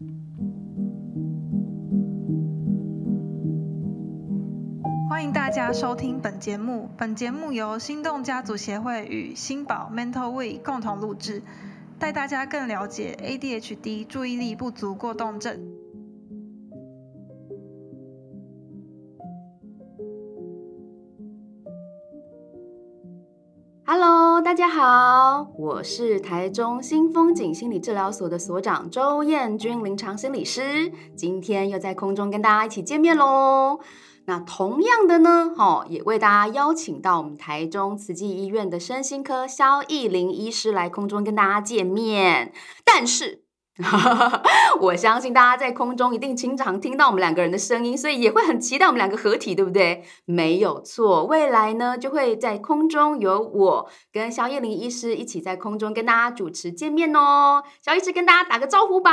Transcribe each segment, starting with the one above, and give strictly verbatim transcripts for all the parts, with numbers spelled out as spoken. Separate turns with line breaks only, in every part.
欢迎大家收听本节目。本节目由心动家族协会与新宝 Mental We 共同录制，带大家更了解 A D H D 注意力不足过动症。
Hello， 大家好，我是台中新风景心理治疗所的所长周燕君临床心理师，今天又在空中跟大家一起见面咯。那同样的呢，哦，也为大家邀请到我们台中慈济医院的身心科萧奕霖医师来空中跟大家见面。但是我相信大家在空中一定经常听到我们两个人的声音，所以也会很期待我们两个合体，对不对？没有错，未来呢就会在空中由我跟萧奕霖医师一起在空中跟大家主持见面哦。萧医师跟大家打个招呼吧。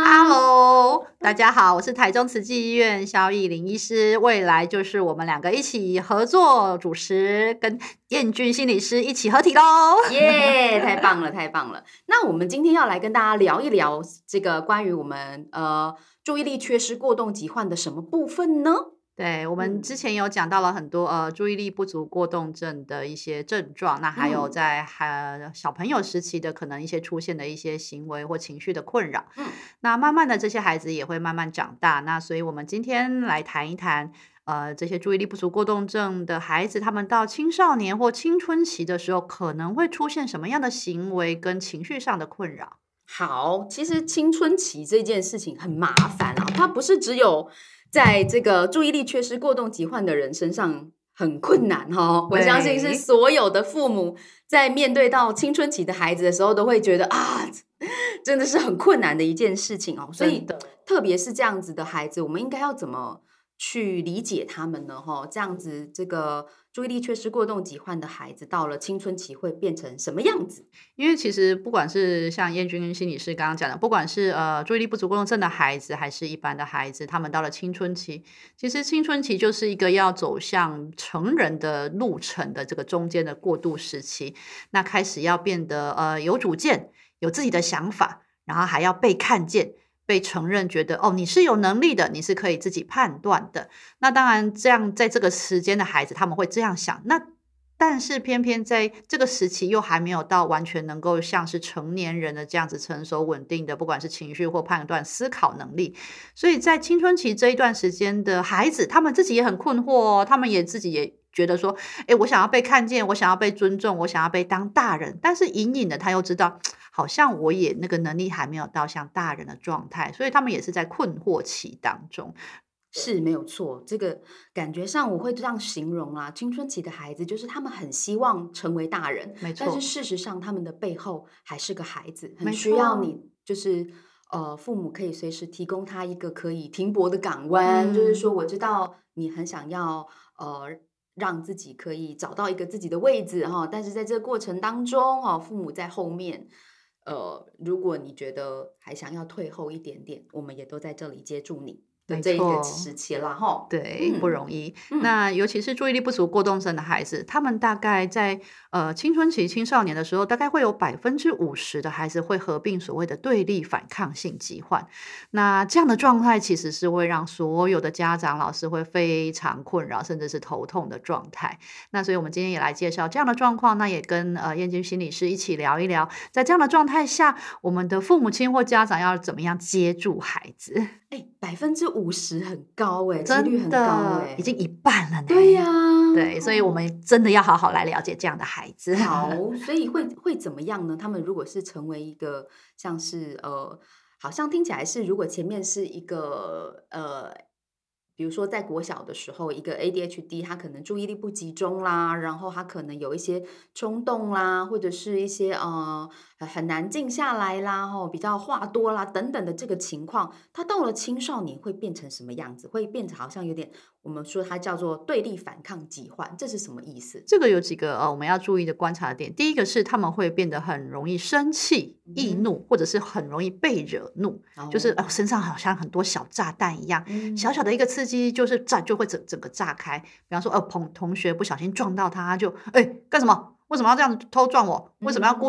Hello， 大家好，我是台中慈济医院萧奕霖医师，未来就是我们两个一起合作主持，跟燕君心理师一起合体咯。
耶、yeah, 太棒了太棒了。那我们今天要来跟大家聊一聊这个关于我们呃注意力缺失过动疾患的什么部分呢？
对，我们之前有讲到了很多呃注意力不足过动症的一些症状，那还有在、嗯呃、小朋友时期的可能一些出现的一些行为或情绪的困扰。嗯，那慢慢的这些孩子也会慢慢长大，那所以我们今天来谈一谈呃这些注意力不足过动症的孩子，他们到青少年或青春期的时候可能会出现什么样的行为跟情绪上的困扰。
好，其实青春期这件事情很麻烦啊，它不是只有在这个注意力缺失过动疾患的人身上很困难哦。我相信是所有的父母在面对到青春期的孩子的时候，都会觉得啊，真的是很困难的一件事情哦。所以特别是这样子的孩子，我们应该要怎么去理解他们呢？哈，这样子这个注意力缺失过动疾患的孩子到了青春期会变成什么样子？
因为其实不管是像燕君心理师刚刚讲的，不管是呃注意力不足过动症的孩子，还是一般的孩子，他们到了青春期，其实青春期就是一个要走向成人的路程的这个中间的过渡时期。那开始要变得呃有主见，有自己的想法，然后还要被看见。被承认觉得哦，你是有能力的，你是可以自己判断的。那当然这样在这个时间的孩子他们会这样想，那但是偏偏在这个时期又还没有到完全能够像是成年人的这样子成熟稳定的不管是情绪或判断思考能力。所以在青春期这一段时间的孩子，他们自己也很困惑哦，他们也自己也觉得说诶，我想要被看见，我想要被尊重，我想要被当大人，但是隐隐的他又知道好像我也那个能力还没有到像大人的状态，所以他们也是在困惑期当中。
是没有错，这个感觉上我会这样形容啊，青春期的孩子就是他们很希望成为大人，
没错，
但是事实上他们的背后还是个孩子，很需要你就是呃，父母可以随时提供他一个可以停泊的港湾、嗯、就是说我知道你很想要呃让自己可以找到一个自己的位置哈，但是在这个过程当中哈，父母在后面呃，如果你觉得还想要退后一点点，我们也都在这里接住你的这一个时期了哈。
对、嗯，不容易、嗯、那尤其是注意力不足过动症的孩子，他们大概在呃青春期青少年的时候，大概会有百分之五十的孩子会合并所谓的对立反抗性疾患。那这样的状态其实是会让所有的家长老师会非常困扰，甚至是头痛的状态。那所以我们今天也来介绍这样的状况，那也跟呃燕君心理师一起聊一聊，在这样的状态下，我们的父母亲或家长要怎么样接住孩子。
哎，百分之五十很高哎，几率很高哎，
已经一半了呢。
对呀、啊，
对，所以我们真的要好好来了解这样的孩子。
好，所以会会怎么样呢？他们如果是成为一个像是呃，好像听起来是，如果前面是一个呃。比如说在国小的时候，一个 A D H D 他可能注意力不集中啦，然后他可能有一些冲动啦，或者是一些呃很难静下来啦，吼比较话多啦等等的这个情况，他到了青少年会变成什么样子？会变成好像有点我们说它叫做对立反抗疾患，这是什么意思？
这个有几个呃我们要注意的观察点。第一个是他们会变得很容易生气、易怒，嗯、或者是很容易被惹怒，哦、就是呃身上好像很多小炸弹一样，嗯、小小的一个刺激就是炸就会整整个炸开。比方说呃同同学不小心撞到他，就哎干什么？为什么要这样偷撞我？为什么要故意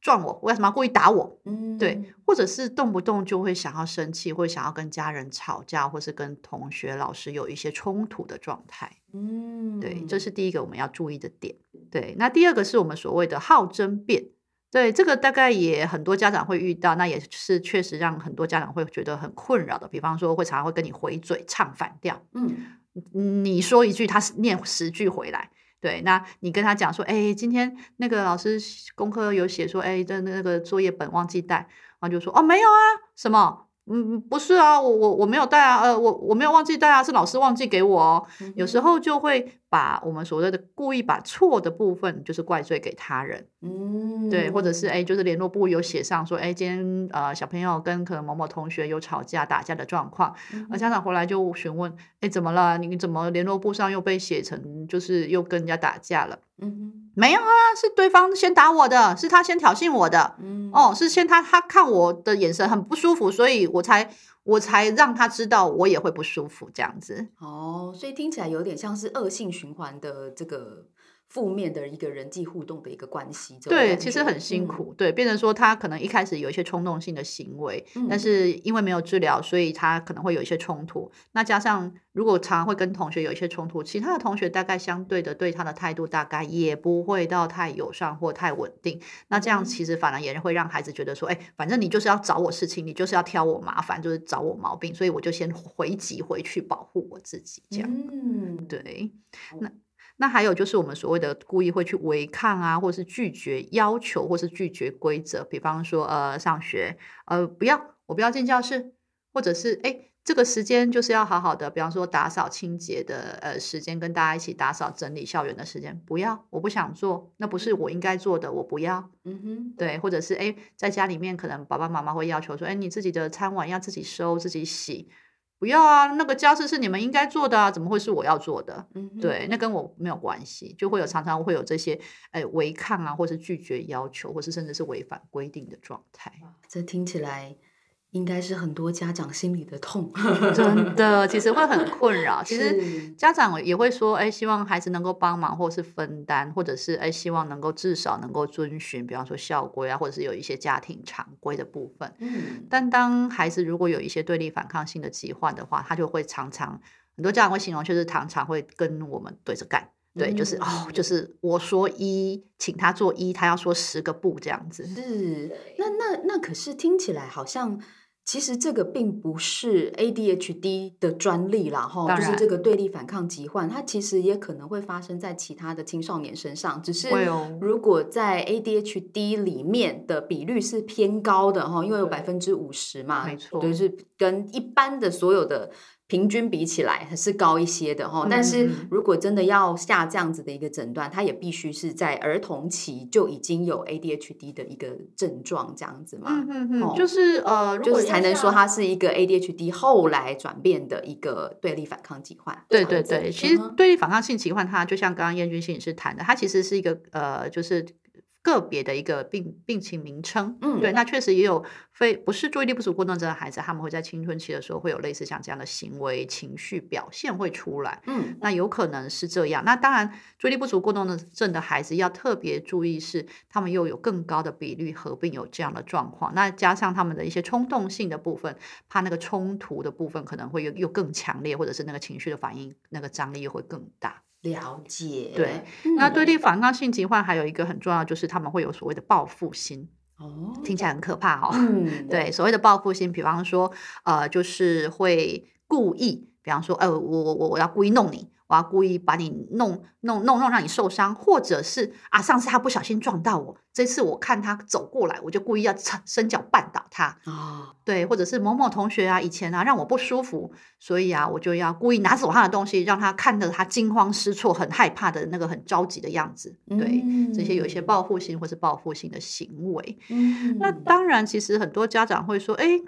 撞我，为什么要故意打我？
嗯，
对，或者是动不动就会想要生气，或者想要跟家人吵架，或是跟同学、老师有一些冲突的状态。
嗯，
对，这是第一个我们要注意的点。对，那第二个是我们所谓的好争辩。对，这个大概也很多家长会遇到，那也是确实让很多家长会觉得很困扰的。比方说，会常常会跟你回嘴唱反调，嗯，你说一句，他念十句回来。对，那你跟他讲说，哎，今天那个老师功课有写说，哎，的那个作业本忘记带，然后就说，哦，没有啊，什么？嗯，不是啊，我我我没有带啊，呃，我我没有忘记带啊，是老师忘记给我哦。嗯、有时候就会把我们所谓的故意把错的部分，就是怪罪给他人，嗯，对，或者是哎，就是联络部有写上说，哎，今天呃小朋友跟可能某某同学有吵架打架的状况，嗯、而家长回来就询问，哎，怎么了？你怎么联络部上又被写成就是又跟人家打架了？嗯，没有啊，是对方先打我的，是他先挑衅我的，嗯，哦，是先他他看我的眼神很不舒服，所以我才我才让他知道我也会不舒服这样子。
哦，所以听起来有点像是恶性循环的这个负面的一个人际互动的一个关系。
对，其实很辛苦，嗯、对，变成说他可能一开始有一些冲动性的行为，嗯、但是因为没有治疗，所以他可能会有一些冲突。那加上如果常常会跟同学有一些冲突，其他的同学大概相对的对他的态度大概也不会到太友善或太稳定。那这样其实反而也会让孩子觉得说，哎，反正你就是要找我事情，你就是要挑我麻烦，就是找我毛病，所以我就先回击回去保护我自己，这样。嗯，对，那。那还有就是我们所谓的故意会去违抗啊，或是拒绝要求，或是拒绝规则。比方说，呃，上学，呃，不要，我不要进教室，或者是，哎，这个时间就是要好好的，比方说打扫清洁的呃时间，跟大家一起打扫整理校园的时间，不要，我不想做，那不是我应该做的，我不要。嗯哼，对，或者是哎，在家里面可能爸爸妈妈会要求说，哎，你自己的餐碗要自己收，自己洗。不要啊，那个家事是你们应该做的啊，怎么会是我要做的？嗯、对，那跟我没有关系，就会有常常会有这些哎违抗啊，或是拒绝要求，或是甚至是违反规定的状态。
这听起来应该是很多家长心里的痛，
真的，其实会很困扰。其实家长也会说，哎，希望孩子能够帮忙，或是分担，或者是哎，希望能够至少能够遵循，比方说校规啊，或者是有一些家庭常规的部分。嗯，但当孩子如果有一些对立反抗性的疾患的话，他就会常常很多家长会形容，就是常常会跟我们对着干。对，就是哦，就是我说一，请他做一，他要说十个不这样子。
是，那那那可是听起来好像。其实这个并不是 A D H D 的专利啦，哈，就是这个对立反抗疾患，它其实也可能会发生在其他的青少年身上。只是如果在 A D H D 里面的比率是偏高的哈，因为有百分之五十嘛，
没错，
就是跟一般的所有的平均比起来还是高一些的哈。但是如果真的要下这样子的一个诊断，它也必须是在儿童期就已经有 A D H D 的一个症状这样子嘛。
嗯嗯嗯，就是呃，
就是才能说它是一个 A D H D 后来转变的一个对立反抗疾患。
对对对，其实对立反抗性疾患，它就像刚刚燕君心理师谈的，它其实是一个呃，就是个别的一个病病情名称。嗯，对，那确实也有非不是注意力不足过动症的孩子，他们会在青春期的时候会有类似像这样的行为情绪表现会出来。嗯，那有可能是这样。那当然，注意力不足过动症的孩子要特别注意是，他们又有更高的比率合并有这样的状况。那加上他们的一些冲动性的部分，怕那个冲突的部分可能会又又更强烈，或者是那个情绪的反应那个张力又会更大。
了解，
对，嗯、那对立反抗性疾患还有一个很重要，就是他们会有所谓的报复心。哦，听起来很可怕哦。嗯，对，所谓的报复心，比方说，呃，就是会故意，比方说，呃，我我我我要故意弄你，我要故意把你弄弄弄弄让你受伤，或者是啊，上次他不小心撞到我，这次我看他走过来，我就故意要伸脚绊倒他。哦，对，或者是某某同学啊，以前啊让我不舒服，所以啊我就要故意拿走他的东西，让他看着他惊慌失措、很害怕的那个很着急的样子。对，嗯、这些有一些报复性或是报复性的行为。嗯，那当然，其实很多家长会说，哎。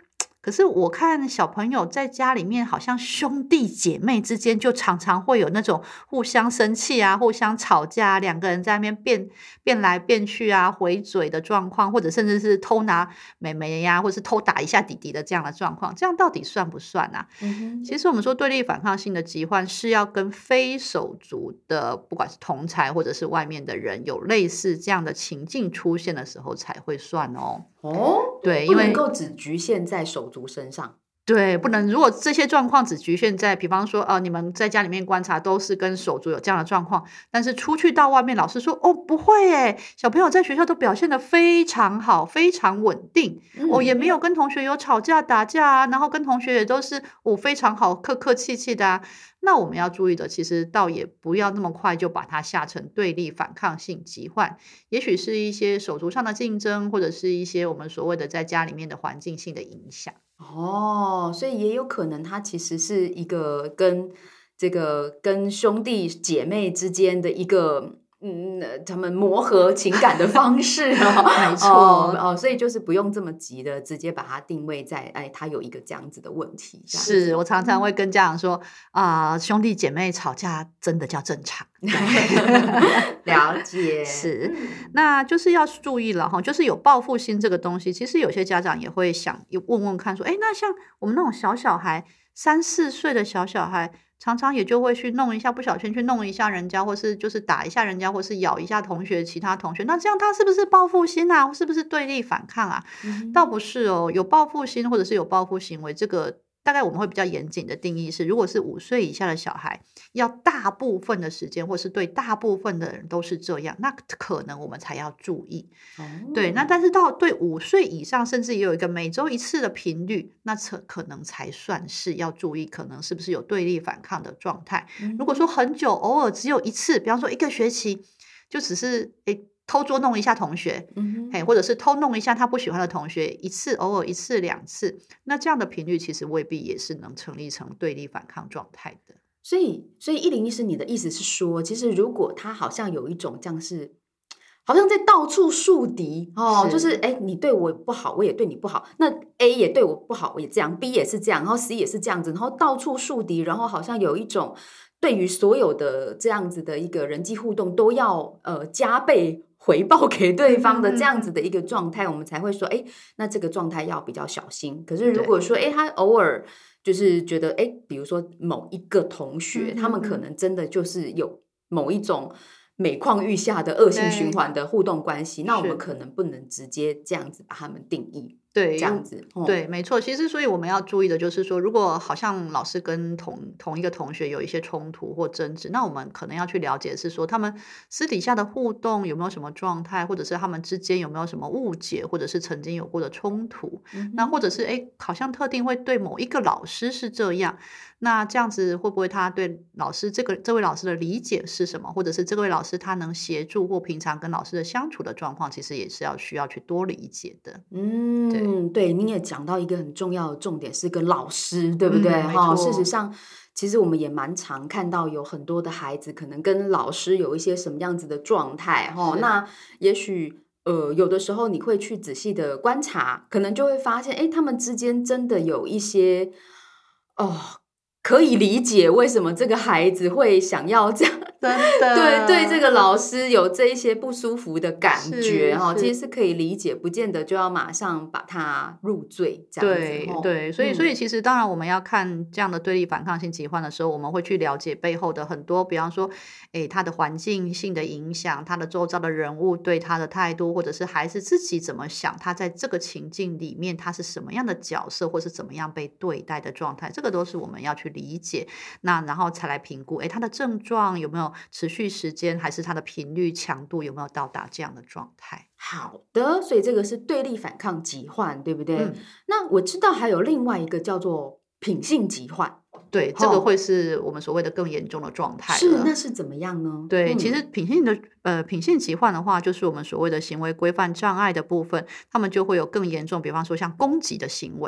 可是我看小朋友在家里面好像兄弟姐妹之间就常常会有那种互相生气啊，互相吵架啊，两个人在那边变变来变去啊，回嘴的状况，或者甚至是偷拿妹妹呀，或是偷打一下弟弟的这样的状况，这样到底算不算啊？
嗯、
其实我们说对立反抗性的疾患是要跟非手足的不管是同侪或者是外面的人有类似这样的情境出现的时候才会算哦。
哦，
对，
不
因为
能够只局限在手足身上。
对，不能。如果这些状况只局限在，比方说，呃，你们在家里面观察都是跟手足有这样的状况，但是出去到外面，老师说，哦，不会耶，小朋友在学校都表现得非常好，非常稳定，
嗯、
哦，也没有跟同学有吵架打架啊，然后跟同学也都是哦非常好，客客气气的啊。那我们要注意的，其实倒也不要那么快就把它下成对立反抗性疾患，也许是一些手足上的竞争，或者是一些我们所谓的在家里面的环境性的影响。
哦，所以也有可能它其实是一个跟这个跟兄弟姐妹之间的一个嗯，他们磨合情感的方式哦，
没错
哦, 哦，所以就是不用这么急的直接把它定位在哎，他有一个这样子的问题。
是我常常会跟家长说啊、呃，兄弟姐妹吵架真的叫正常。
了解，
是，那就是要注意了哈，就是有报复心这个东西，其实有些家长也会想问问看说，哎，那像我们那种小小孩，三四岁的小小孩。常常也就会去弄一下，不小心去弄一下人家，或是就是打一下人家，或是咬一下同学其他同学，那这样他是不是报复心啊？是不是对立反抗啊？嗯、倒不是哦，有报复心或者是有报复行为，这个大概我们会比较严谨的定义是，如果是五岁以下的小孩，要大部分的时间，或是对大部分的人都是这样，那可能我们才要注意。哦、对，那但是到对五岁以上，甚至也有一个每周一次的频率，那可能才算是要注意，可能是不是有对立反抗的状态。嗯、如果说很久，偶尔只有一次，比方说一个学期，就只是诶。偷捉弄一下同学、嗯嘿，或者是偷弄一下他不喜欢的同学，一次偶尔一次两次，那这样的频率其实未必也是能成立成对立反抗状态的。
所以，所以一零医师，你的意思是说，其实如果他好像有一种这样是，好像在到处树敌哦，是就是哎，你对我不好，我也对你不好，那 A 也对我不好，我也这样 ，B 也是这样，然后 C 也是这样子，然后到处树敌，然后好像有一种对于所有的这样子的一个人际互动都要呃加倍。回报给对方的这样子的一个状态，我们才会说，哎，那这个状态要比较小心。可是如果说，哎，他偶尔就是觉得，哎，比如说某一个同学，他们可能真的就是有某一种每况愈下的恶性循环的互动关系，那我们可能不能直接这样子把他们定义。
对，
这样子、
哦、对，没错。其实，所以我们要注意的就是说，如果好像老师跟同同一个同学有一些冲突或争执，那我们可能要去了解是说，他们私底下的互动有没有什么状态，或者是他们之间有没有什么误解，或者是曾经有过的冲突。嗯、那或者是哎，好像特定会对某一个老师是这样，那这样子会不会他对老师这个这位老师的理解是什么，或者是这位老师他能协助或平常跟老师的相处的状况，其实也是要需要去多理解的。
嗯，对。嗯，对，你也讲到一个很重要的重点，是个老师，对不对？哈、嗯，事实上，其实我们也蛮常看到有很多的孩子可能跟老师有一些什么样子的状态，哈，那也许呃，有的时候你会去仔细的观察，可能就会发现，哎，他们之间真的有一些哦。可以理解为什么这个孩子会想要这样，
真的
对对，这个老师有这一些不舒服的感觉哈，其实是可以理解，不见得就要马上把他入罪这样子。
对对，所以、嗯、所以其实当然我们要看这样的对立反抗性疾患的时候，我们会去了解背后的很多，比方说，诶，他的环境性的影响，他的周遭的人物对他的态度，或者是孩子自己怎么想，他在这个情境里面他是什么样的角色，或是怎么样被对待的状态，这个都是我们要去理解，那然后才来评估，诶，他的症状有没有持续时间，还是他的频率强度有没有到达这样的状态。
好的，所以这个是对立反抗疾患，对不对？嗯、那我知道还有另外一个叫做品性疾患，
对，这个会是我们所谓的更严重的状态了。
是，那是怎么样呢？
对，嗯、其实品性的呃品性疾患的话，就是我们所谓的行为规范障碍的部分，他们就会有更严重，比方说像攻击的行为。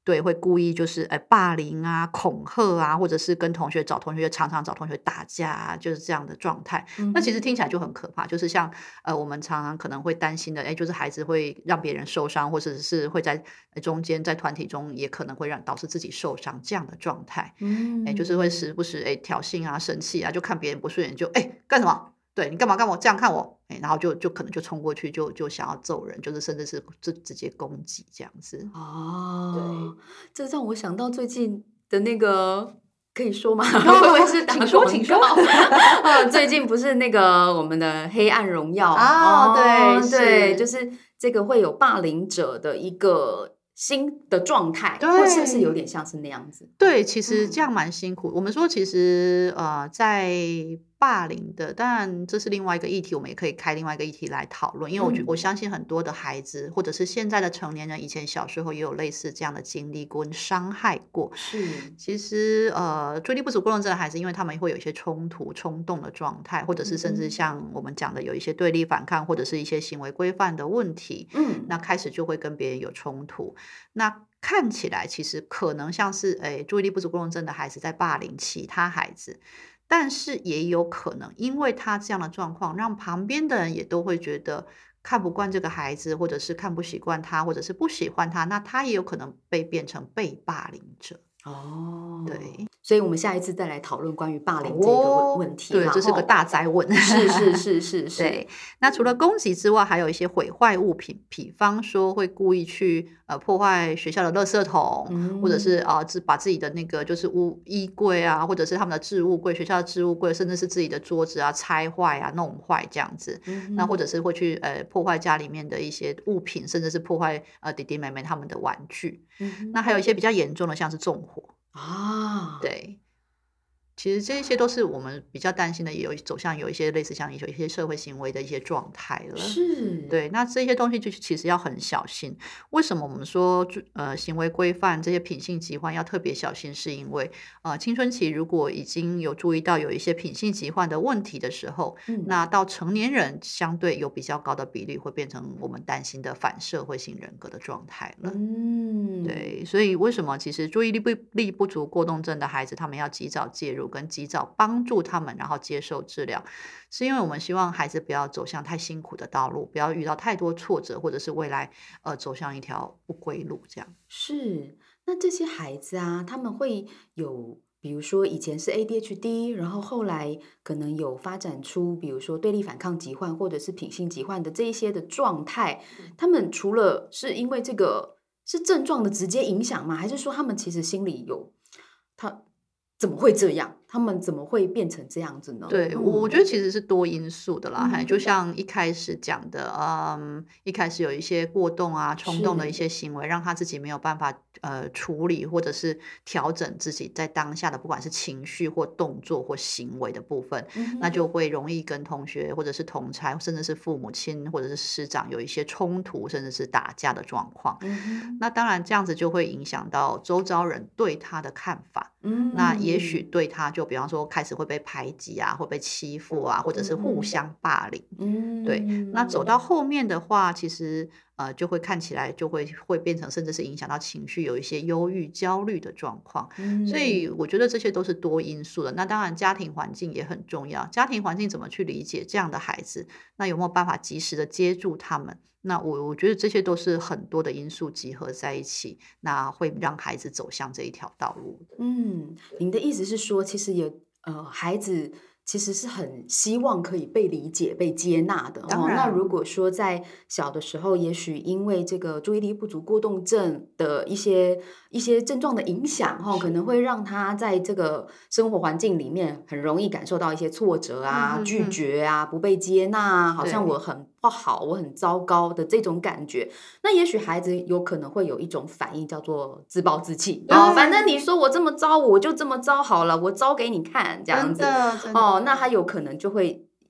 对，会故意就是呃霸凌啊、恐吓啊，或者是跟同学找同学常常找同学打架啊，就是这样的状态。
嗯
那其实听起来就很可怕，就是像呃我们常常可能会担心的，哎，就是孩子会让别人受伤，或者是会在中间在团体中也可能会让导致自己受伤这样的状态。
嗯
哎，就是会时不时哎挑衅啊、生气啊，就看别人不顺眼就哎干什么？对你干嘛干嘛这样看我？哎，然后就就可能就冲过去就就想要揍人，就是甚至是就直接攻击这样子。
哦，这让我想到最近的那个。可以说吗？会不会是打
请说请说
呃，最近不是那个我们的黑暗荣耀
哦，对
对，
是
就是这个会有霸凌者的一个新的状态，
对
或是不是有点像是那样子？
对，其实
嗯
这样蛮辛苦。我们说其实呃，在霸凌的，当然这是另外一个议题，我们也可以开另外一个议题来讨论。因为我觉
嗯
我相信很多的孩子，或者是现在的成年人，以前小时候也有类似这样的经历过、伤害过。
是，
其实呃，注意力不足过动症的孩子，因为他们会有一些冲突、冲动的状态，或者是甚至
嗯
像我们讲的有一些对立反抗，或者是一些行为规范的问题，
嗯，
那开始就会跟别人有冲突。那看起来其实可能像是诶注意力不足过动症的孩子在霸凌其他孩子，但是也有可能因为他这样的状况，让旁边的人也都会觉得看不惯这个孩子，或者是看不习惯他，或者是不喜欢他，那他也有可能被变成被霸凌者。
哦，
对，
所以我们下一次再来讨论关于霸凌这个问问题啦。
对，这是个
吼
大灾问。
是是是是是，
对，那除了攻击之外，还有一些毁坏物品，比方说会故意去呃破坏学校的垃圾桶，
嗯
或者是啊自、把自己的那个就是屋衣柜啊，或者是他们的置物柜，学校的置物柜，甚至是自己的桌子啊拆坏啊弄坏这样子。
嗯
那或者是会去呃破坏家里面的一些物品，甚至是破坏呃弟弟妹妹他们的玩具。
嗯
那还有一些比较严重的，像是纵火。
啊，
对，其实这些都是我们比较担心的，也有走向有一些类似像有一些社会行为的一些状态了。
是，
对，那这些东西就其实要很小心。为什么我们说呃行为规范这些品性疾患要特别小心？是因为呃青春期如果已经有注意到有一些品性疾患的问题的时候，
嗯
那到成年人相对有比较高的比例会变成我们担心的反社会性人格的状态了。
嗯，
对，所以为什么其实注意力不力不足过动症的孩子，他们要及早介入，跟及早帮助他们，然后接受治疗，是因为我们希望孩子不要走向太辛苦的道路，不要遇到太多挫折，或者是未来呃走向一条不归路这样。
是。那这些孩子啊，他们会有，比如说以前是 A D H D，然后后来可能有发展出，比如说对立反抗疾患或者是品性疾患的这一些的状态。他们除了是因为这个是症状的直接影响吗？还是说他们其实心里有他怎么会这样？他们怎么会变成这样子呢？
对，
嗯
我我觉得其实是多因素的啦，
嗯
还就像一开始讲的，嗯，一开始有一些过动啊、冲动的一些行为，让他自己没有办法呃处理或者是调整自己在当下的不管是情绪或动作或行为的部分，
嗯哼
那就会容易跟同学或者是同才，甚至是父母亲或者是师长有一些冲突，甚至是打架的状况。
嗯哼
那当然这样子就会影响到周遭人对他的看法。
嗯
那也许对他就比方说开始会被排挤啊，会被欺负啊，或者是互相霸凌。
嗯
对，那走到后面的话，其实呃就会看起来就会会变成，甚至是影响到情绪，有一些忧郁、焦虑的状况。
嗯
所以我觉得这些都是多因素的。那当然，家庭环境也很重要。家庭环境怎么去理解这样的孩子？那有没有办法及时的接住他们？那我我觉得这些都是很多的因素集合在一起，那会让孩子走向这一条道路的。
嗯，您的意思是说，其实也呃，孩子其实是很希望可以被理解、被接纳的。哦，
当然
那如果说在小的时候，也许因为这个注意力不足过动症的一些一些症状的影响，哈、哦，可能会让他在这个生活环境里面很容易感受到一些挫折啊、
嗯嗯嗯
拒绝啊、不被接纳，好像
对
我很不好，我很糟糕的这种感觉。那也许孩子有可能会有一种反应，叫做自暴自弃。哦，反正你说我这么糟，我就这么糟好了，我糟给你看，这样子。
真的真的
哦，那他有可能就会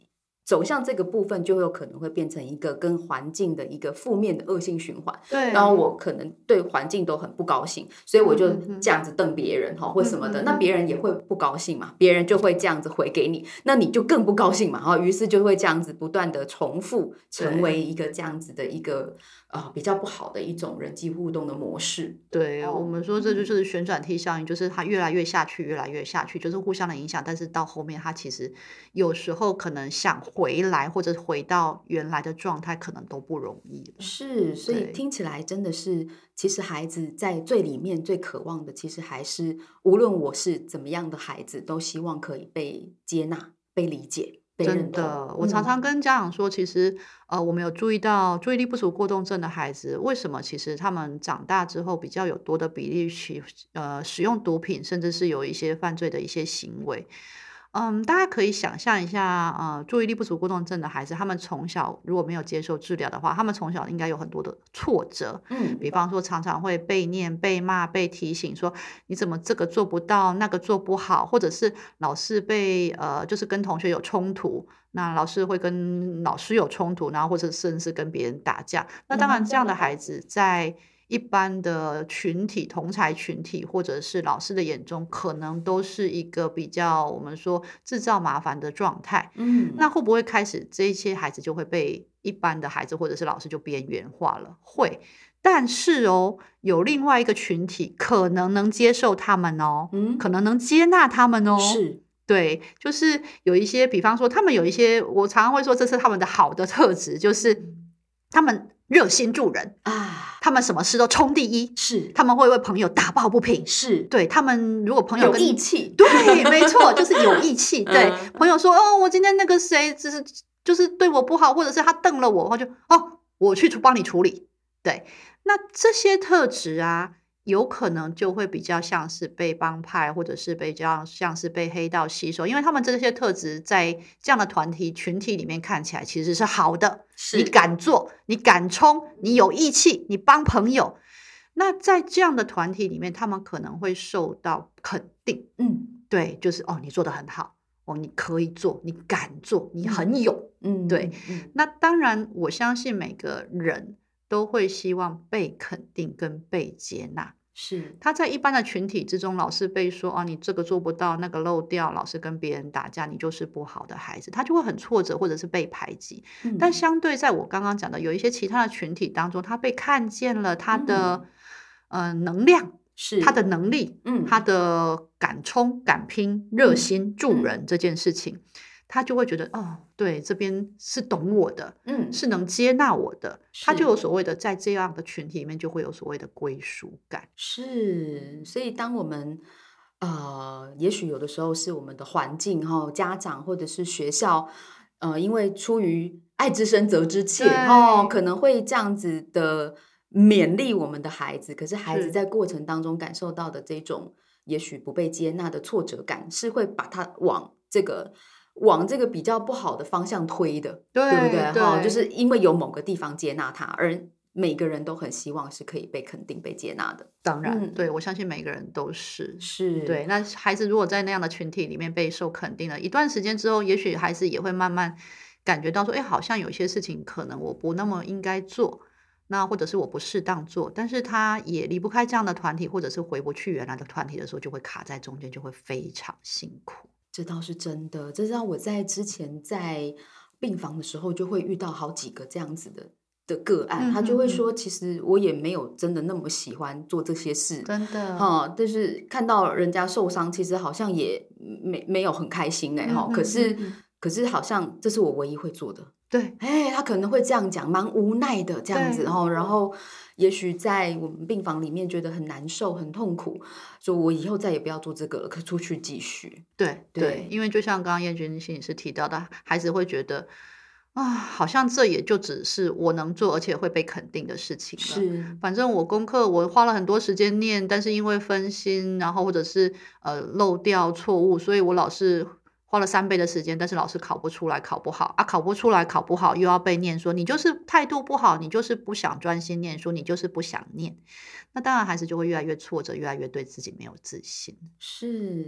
走向这个部分，就有可能会变成一个跟环境的一个负面的恶性循环。
对，
然后我可能对环境都很不高兴，所以我就这样子瞪别人哈、嗯、或什么的、嗯、那别人也会不高兴嘛，别人就会这样子回给你，那你就更不高兴嘛，然后于是就会这样子不断的重复，成为一个这样子的一个呃比较不好的一种人际互动的模式。
对、哦、我们说这就是旋转梯效应，就是它越来越下去越来越下去，就是互相的影响，但是到后面它其实有时候可能想回来或者回到原来的状态可能都不容易了。
是，所以听起来真的是其实孩子在最里面最渴望的，其实还是无论我是怎么样的孩子，都希望可以被接纳被理解
真的，我常常跟家长说，其实呃，我们有注意到注意力不足过动症的孩子，为什么其实他们长大之后比较有多的比例去呃使用毒品，甚至是有一些犯罪的一些行为。嗯，大家可以想象一下，呃，注意力不足过动症的孩子，他们从小如果没有接受治疗的话，他们从小应该有很多的挫折，嗯，比方说常常会被念、被骂、被提醒说你怎么这个做不到，那个做不好，或者是老是被呃，就是跟同学有冲突，那老师会跟老师有冲突，然后或者甚至是跟别人打架，那当然这样的孩子在一般的群体同侪群体或者是老师的眼中可能都是一个比较我们说制造麻烦的状态，嗯，那会不会开始这些孩子就会被一般的孩子或者是老师就边缘化了？会，但是哦有另外一个群体可能能接受他们哦，嗯，可能能接纳他们哦，
是，
对，就是有一些比方说他们有一些我常常会说这是他们的好的特质，就是他们热心助人啊，他们什么事都冲第一，
是他
们会为朋友打抱不平，
是
对他们如果朋友
有义气，
对，没错，就是有义气。对、嗯、朋友说哦，我今天那个谁就是就是对我不好，或者是他瞪了我，我就哦，我去帮你处理。对，那这些特质啊，有可能就会比较像是被帮派或者是比较像是被黑道吸收，因为他们这些特质在这样的团体群体里面看起来其实是好的，你敢做，你敢冲，你有义气，你帮朋友，那在这样的团体里面他们可能会受到肯定，嗯，对，就是哦你做得很好，哦你可以做，你敢做，你很勇，嗯，对，嗯，那当然我相信每个人都会希望被肯定跟被接纳，
是
他在一般的群体之中，老是被说哦，你这个做不到，那个漏掉，老是跟别人打架，你就是不好的孩子，他就会很挫折或者是被排挤、嗯、但相对在我刚刚讲的有一些其他的群体当中，他被看见了他的、嗯呃、能量，是他的能力、嗯、他的敢冲敢拼热心助人这件事情、嗯嗯，他就会觉得哦，对，这边是懂我的，嗯，是能接纳我的，他就有所谓的在这样的群体里面就会有所谓的归属感。
是，所以当我们呃，也许有的时候是我们的环境哈，家长或者是学校，呃，因为出于爱之深责之切哦，可能会这样子的勉励我们的孩子，可是孩子在过程当中感受到的这种也许不被接纳的挫折感，是会把他往这个。往这个比较不好的方向推的， 对, 对不对？对，就是因为有某个地方接纳他，而每个人都很希望是可以被肯定被接纳的。
当然、嗯、对，我相信每个人都是
是
对。那孩子如果在那样的群体里面被受肯定了一段时间之后，也许孩子也会慢慢感觉到说，哎，好像有些事情可能我不那么应该做，那或者是我不适当做，但是他也离不开这样的团体，或者是回不去原来的团体的时候，就会卡在中间，就会非常辛苦。
这倒是真的，这让我在之前在病房的时候就会遇到好几个这样子的的个案、嗯、他就会说其实我也没有真的那么喜欢做这些事，
真的、
嗯、但是看到人家受伤其实好像也没没有很开心、欸嗯、可是、嗯、可是好像这是我唯一会做的，
对，
哎，他可能会这样讲，蛮无奈的这样子，然后然后也许在我们病房里面觉得很难受很痛苦，说我以后再也不要做这个了，可出去继续。
对 对, 对，因为就像刚刚燕君心理师提到的，孩子会觉得啊，好像这也就只是我能做而且会被肯定的事情了，是，反正我功课我花了很多时间念，但是因为分心，然后或者是呃漏掉错误，所以我老是花了三倍的时间，但是老师考不出来考不好啊，考不出来考不好又要被念说你就是态度不好，你就是不想专心念书，你就是不想念，那当然孩子就会越来越挫折，越来越对自己没有自信。
是，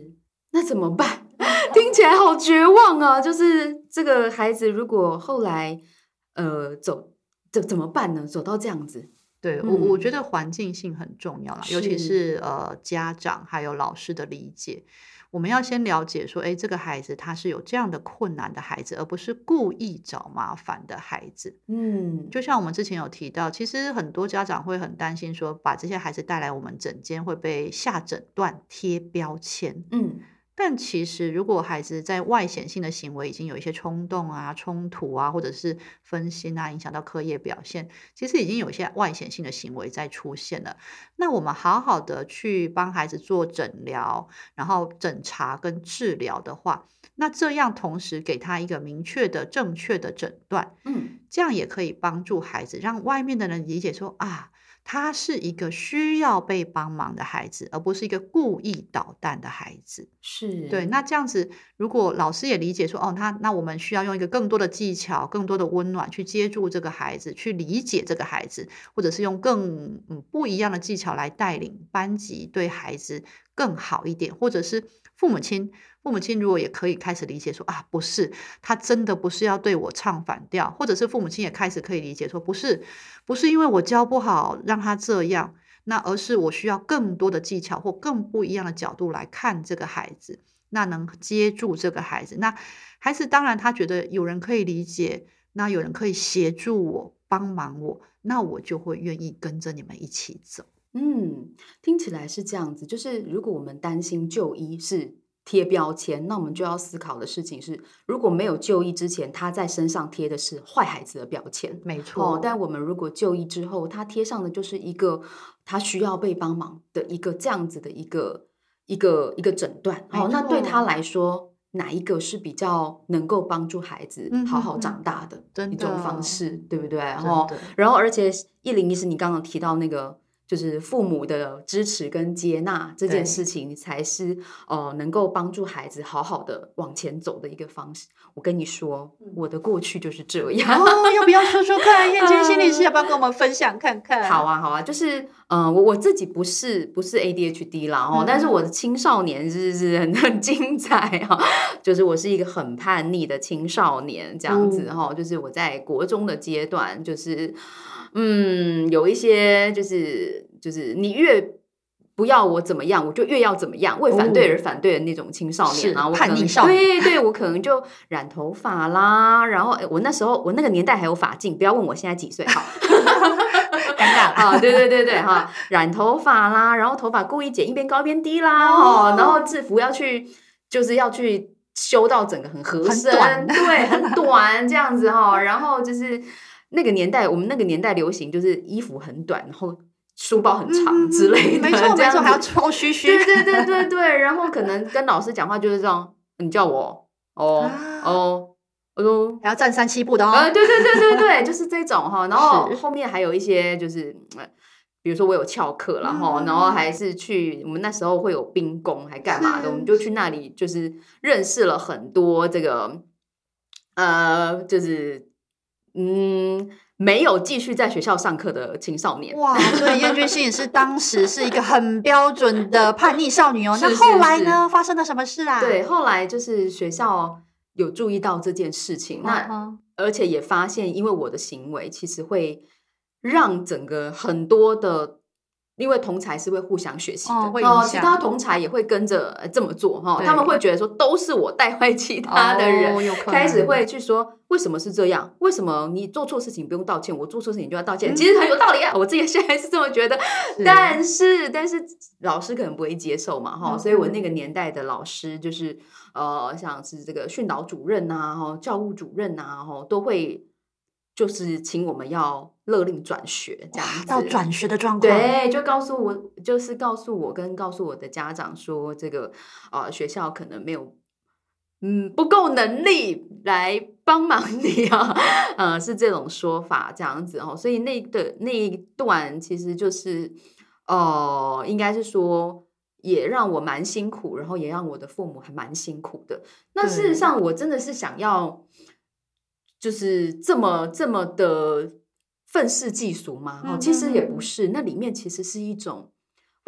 那怎么办？听起来好绝望啊！就是这个孩子如果后来呃走怎怎么办呢？走到这样子。
对，
嗯
我我觉得环境性很重要啦，尤其是呃家长还有老师的理解。我们要先了解说，哎，这个孩子他是有这样的困难的孩子，而不是故意找麻烦的孩子。
嗯，
就像我们之前有提到，其实很多家长会很担心说，把这些孩子带来我们诊间会被下诊断、贴标签。
嗯，
但其实如果孩子在外显性的行为已经有一些冲动啊、冲突啊，或者是分心啊，影响到课业表现，其实已经有一些外显性的行为在出现了。那我们好好的去帮孩子做诊疗，然后诊查跟治疗的话，那这样同时给他一个明确的、正确的诊断，
嗯，
这样也可以帮助孩子，让外面的人理解说啊，他是一个需要被帮忙的孩子，而不是一个故意捣蛋的孩子。
是，
对，那这样子，如果老师也理解说，哦，他那我们需要用一个更多的技巧、更多的温暖去接住这个孩子，去理解这个孩子，或者是用更嗯不一样的技巧来带领班级，对孩子更好一点，或者是父母亲。父母亲如果也可以开始理解说啊，不是，他真的不是要对我唱反调，或者是父母亲也开始可以理解说，不是，不是因为我教不好让他这样，那而是我需要更多的技巧或更不一样的角度来看这个孩子，那能接住这个孩子，那孩子当然他觉得有人可以理解，那有人可以协助我、帮忙我，那我就会愿意跟着你们一起走。
嗯，听起来是这样子，就是如果我们担心就医是贴标签，那我们就要思考的事情是，如果没有就医之前，他在身上贴的是坏孩子的标签，
没错。
哦，但我们如果就医之后，他贴上的就是一个他需要被帮忙的一个这样子的一个一个一个诊断，哦，那对他来说，哪一个是比较能够帮助孩子好好长大的一种方式，对不对？哦，然后而且一零一是你刚刚提到那个。就是父母的支持跟接纳这件事情，才是呃能够帮助孩子好好的往前走的一个方式。我跟你说，我的过去就是这样。
哦，要不要说说看？燕君心理师要不要跟我们分享看看？
好啊，好啊，就是呃，我我自己不是不是 A D H D 啦哦，嗯、但是我的青少年是是很很精彩哈、哦，就是我是一个很叛逆的青少年这样子哈、哦，嗯、就是我在国中的阶段，就是嗯，有一些就是就是你越不要我怎么样，我就越要怎么样，为反对而反对的那种青少年啊，我
叛逆少年，
对对，我可能就染头发啦，然后我那时候我那个年代还有发镜，不要问我现在几岁，好，
尴尬
啊，对对对对哈，染头发啦，然后头发故意剪一边高一边低啦，哦，然后制服要去就是要去修到整个很合身，
很短
对，很短这样子哈，然后就是那个年代，我们那个年代流行就是衣服很短，然后书包很长之类的，
嗯、没错没错，还要抽须须，
对对对对对，然后可能跟老师讲话就是这样，你叫我哦、啊、哦。哦，
还要站三七步的哦。
呃，对对对对对，就是这种哈。然后后面还有一些就是，比如说我有翘课了哈，嗯、然后还是去我们那时候会有兵工，还干嘛的？我们就去那里，就是认识了很多这个，呃，就是嗯。没有继续在学校上课的青少年，
哇！所以燕君心理师当时是一个很标准的叛逆少女哦。
是是是
那后来呢？发生了什么事啊？
对，后来就是学校有注意到这件事情，那、uh-huh. 而且也发现，因为我的行为其实会让整个很多的。因为同才是会互相学习的，
哦，哦
其他同才也会跟着这么做哈，他们会觉得说都是我带坏其他的人，
哦、
开始会去说为什么是这样？为什么你做错事情不用道歉，我做错事情就要道歉？嗯、其实很有道理啊，我自己现在是这么觉得，是但是但是老师可能不会接受嘛哈，嗯、所以我那个年代的老师就是呃，像是这个训导主任呐、啊，教务主任呐、啊，都会。就是请我们要勒令转学这样子，
到转学的状况，
对，就告诉我，就是告诉我跟告诉我的家长说，这个呃学校可能没有，嗯，不够能力来帮忙你啊，呃，是这种说法这样子哦，所以那个那一段其实就是呃，应该是说也让我蛮辛苦，然后也让我的父母还蛮辛苦的。那事实上，我真的是想要。就是这么这么的愤世嫉俗吗？哦，其实也不是，那里面其实是一种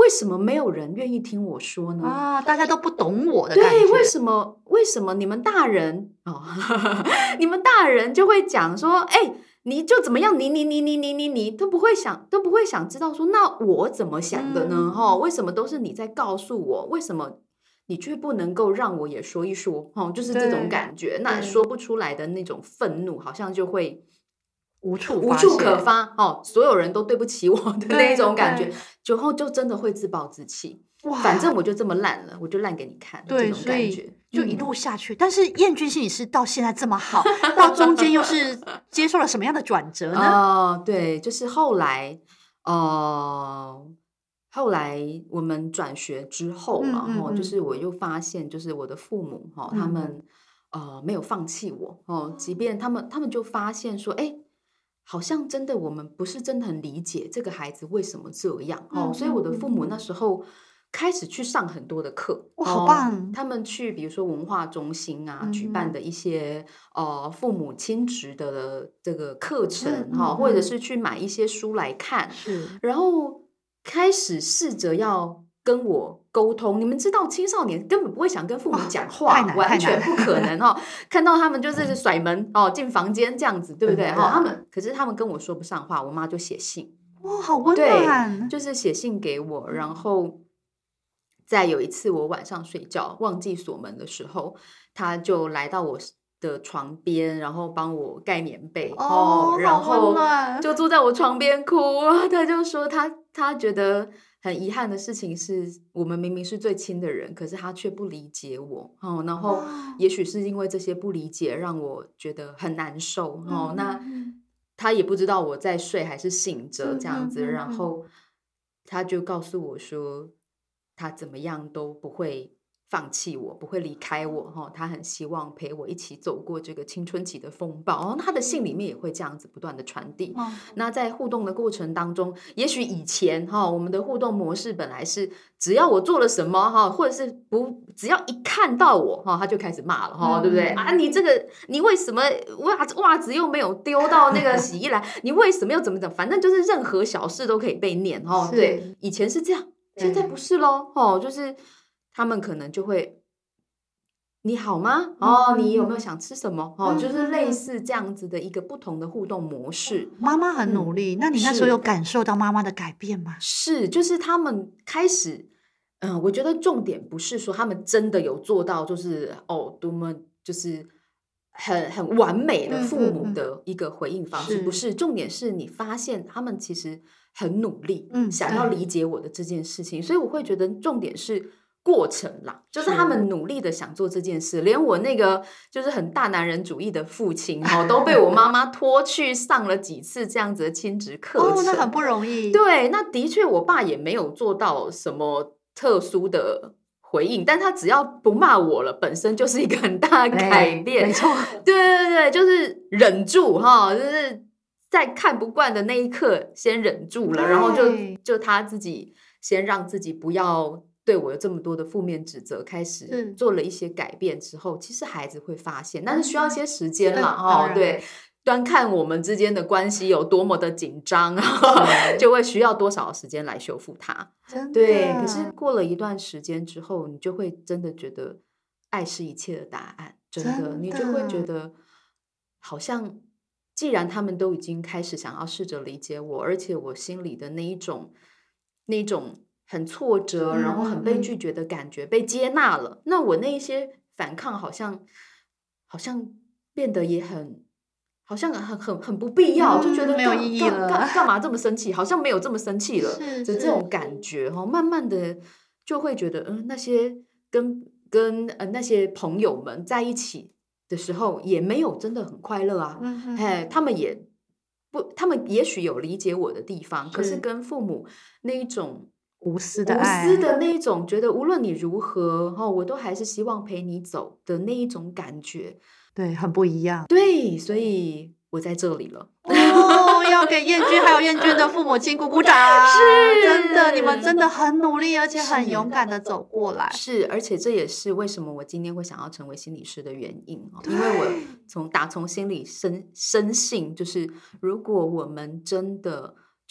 为什么没有人愿意听我说呢？
啊，大家都不懂我的感觉。
对，为什么？为什么你们大人哦，你们大人就会讲说，哎，你就怎么样？你你你你你你你都不会想，都不会想知道说，那我怎么想的呢？哈、嗯哦，为什么都是你在告诉我？为什么你却不能够让我也说一说？哦，就是这种感觉，那说不出来的那种愤怒，好像就会
无处
无处可发。哦，所有人都对不起我的那种感觉，然后就真的会自暴自弃。反正我就这么烂了，我就烂给你看。
对，
这种感觉
就一路下去。嗯、但是燕君心理师到现在这么好，到中间又是接受了什么样的转折呢？
哦、呃，对，就是后来，呃，后来我们转学之后嘛，嗯嗯嗯就是我又发现，就是我的父母哈、嗯，他们呃没有放弃我哦，即便他们他们就发现说，哎。好像真的我们不是真的很理解这个孩子为什么这样哦，所以我的父母那时候开始去上很多的课，
哇，好棒！
哦、他们去比如说文化中心啊、嗯、举办的一些呃父母亲职的这个课程哈、嗯哦，或者是去买一些书来看，
是，
然后开始试着要跟我沟通。你们知道青少年根本不会想跟父母讲话，
哦、
完全不可能哦。看到他们就是甩门哦，进房间这样子，对不对？哈、哦，他们可是他们跟我说不上话，我妈就写信。
哇，好温暖！
对，就是写信给我，然后在有一次我晚上睡觉忘记锁门的时候，他就来到我的床边，然后帮我盖棉被
哦，
然后就坐在我床边哭。他就说他他觉得很遗憾的事情是我们明明是最亲的人，可是他却不理解我哦。然后也许是因为这些不理解，让我觉得很难受哦。嗯、那他也不知道我在睡还是醒着这样子，嗯、然后他就告诉我说，他怎么样都不会放弃我，不会离开我哈，他很希望陪我一起走过这个青春期的风暴。然后他的信里面也会这样子不断的传递。哦、那在互动的过程当中，也许以前哈我们的互动模式本来是只要我做了什么哈，或者是不只要一看到我哈，他就开始骂了哈，嗯、对不对啊？你这个你为什么袜子袜子又没有丢到那个洗衣篮？你为什么要怎么怎么？反正就是任何小事都可以被念哈。对，以前是这样，现在不是咯。哦，就是他们可能就会，你好吗？哦，你有没有想吃什么？哦，就是类似这样子的一个不同的互动模式。
妈妈很努力，嗯、那你那时候有感受到妈妈的改变吗？
是，就是他们开始，嗯、呃，我觉得重点不是说他们真的有做到，就是哦，多么就是很很完美的父母的一个回应方式，嗯嗯嗯不是，重点是你发现他们其实很努力，嗯，想要理解我的这件事情，所以我会觉得重点是过程啦，就是他们努力的想做这件事，连我那个就是很大男人主义的父亲哦，都被我妈妈拖去上了几次这样子的亲职课程，
哦，那很不容易。
对，那的确我爸也没有做到什么特殊的回应，但他只要不骂我了，本身就是一个很大的改变。
没错，
对对对，就是忍住哈，就是在看不惯的那一刻先忍住了，然后就就他自己先让自己不要对我有这么多的负面指责，开始做了一些改变之后，其实孩子会发现，但是需要一些时间啦哈、嗯。对，端看我们之间的关系有多么的紧张，就会需要多少时间来修复它。对，可是过了一段时间之后，你就会真的觉得爱是一切的答案，真的，真的你就会觉得好像既然他们都已经开始想要试着理解我，而且我心里的那一种那一种很挫折，嗯、然后很被拒绝的感觉、嗯、被接纳了，那我那一些反抗好像好像变得也很好像很很很不必要，嗯、就觉得
没有意义了，
干干嘛这么生气？好像没有这么生气了，就这种感觉哈，慢慢的就会觉得，嗯，那些跟跟呃那些朋友们在一起的时候，也没有真的很快乐啊，嗯、嘿，他们也不，他们也许有理解我的地方，是可是跟父母那一种
无私的爱，
无私的那一种，觉得无论你如何，哦，我都还是希望陪你走的那一种感觉。
对，很不一样。
对，所以我在这里了。
哦，要给燕君还有燕君的父母亲鼓鼓掌！是，真的，你们真的很努力，而且很勇敢的走过来。
是，而且这也是为什么我今天会想要成为心理师的原因，因为我从打从心里深深信，就是如果我们真的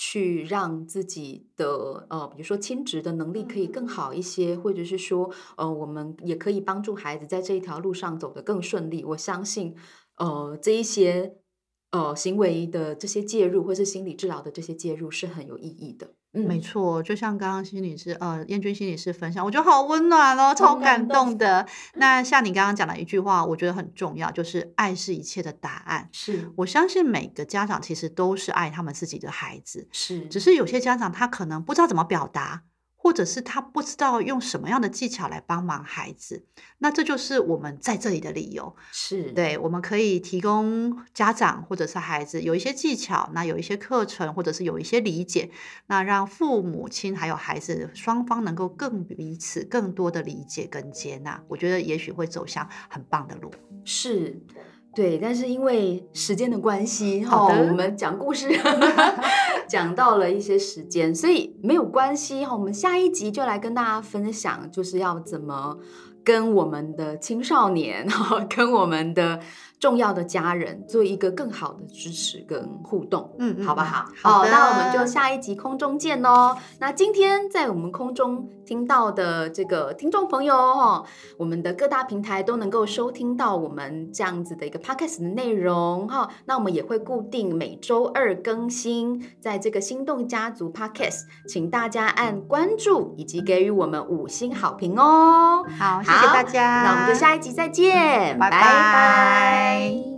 去让自己的呃，比如说亲职的能力可以更好一些，或者是说呃，我们也可以帮助孩子在这一条路上走得更顺利。我相信呃，这一些呃行为的这些介入，或是心理治疗的这些介入是很有意义的。嗯，
没错，就像刚刚心理师呃燕君心理师分享，我觉得好温暖哦，超感动的。那像你刚刚讲的一句话，我觉得很重要，就是爱是一切的答案。
是
我相信每个家长其实都是爱他们自己的孩子，
是，
只是有些家长他可能不知道怎么表达，或者是他不知道用什么样的技巧来帮忙孩子，那这就是我们在这里的理由。
是
对，我们可以提供家长或者是孩子有一些技巧，那有一些课程，或者是有一些理解，那让父母亲还有孩子双方能够更彼此更多的理解跟接纳，我觉得也许会走向很棒的路。
是。对，但是因为时间的关系，
好的
哦、我们讲故事讲到了一些时间，所以没有关系，我们下一集就来跟大家分享，就是要怎么跟我们的青少年，跟我们的重要的家人做一个更好的支持跟互动，
嗯嗯
好不好？
好的
那我们就下一集空中见哦。那今天在我们空中听到的这个听众朋友哦，我们的各大平台都能够收听到我们这样子的一个 podcast 的内容哈。那我们也会固定每周二更新，在这个心动家族 podcast， 请大家按关注以及给予我们五星好评哦。
好，谢谢大家，
那我们就下一集再见，
拜拜
拜拜。